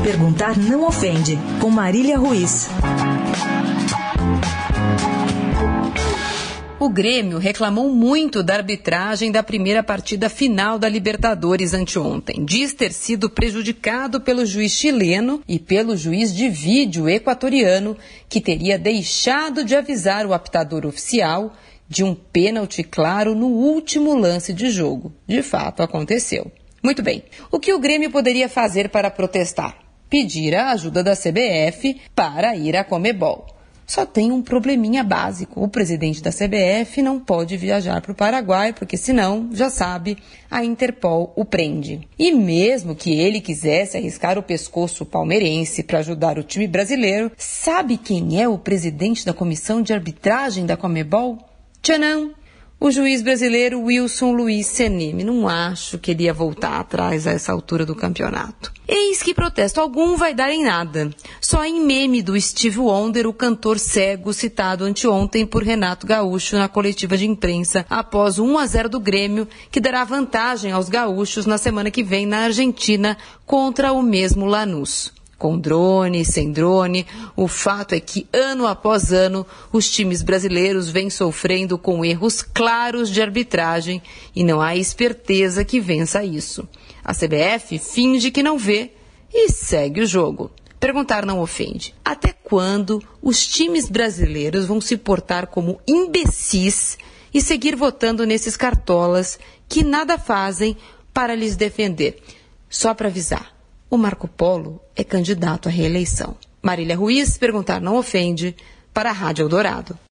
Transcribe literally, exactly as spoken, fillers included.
Perguntar não ofende, com Marília Ruiz. O Grêmio reclamou muito da arbitragem da primeira partida final da Libertadores anteontem. Diz ter sido prejudicado pelo juiz chileno e pelo juiz de vídeo equatoriano, que teria deixado de avisar o apitador oficial de um pênalti claro no último lance de jogo. De fato, aconteceu. Muito bem. O que o Grêmio poderia fazer para protestar? Pedir a ajuda da C B F para ir à Conmebol. Só tem um probleminha básico. O presidente da C B F não pode viajar para o Paraguai, porque senão, já sabe, a Interpol o prende. E mesmo que ele quisesse arriscar o pescoço palmeirense para ajudar o time brasileiro, sabe quem é o presidente da comissão de arbitragem da Conmebol? Tchanã! O juiz brasileiro Wilson Luiz Seneme. Não acho que ele ia voltar atrás a essa altura do campeonato. Eis que protesto algum vai dar em nada. Só em meme do Steve Wonder, o cantor cego citado anteontem por Renato Gaúcho na coletiva de imprensa após o um a zero do Grêmio, que dará vantagem aos gaúchos na semana que vem na Argentina contra o mesmo Lanús. Com drone, sem drone, o fato é que ano após ano os times brasileiros vêm sofrendo com erros claros de arbitragem e não há esperteza que vença isso. A C B F finge que não vê e segue o jogo. Perguntar não ofende. Até quando os times brasileiros vão se portar como imbecis e seguir votando nesses cartolas que nada fazem para lhes defender? Só para avisar. O Marco Polo é candidato à reeleição. Marília Ruiz, Perguntar não ofende, para a Rádio Eldorado.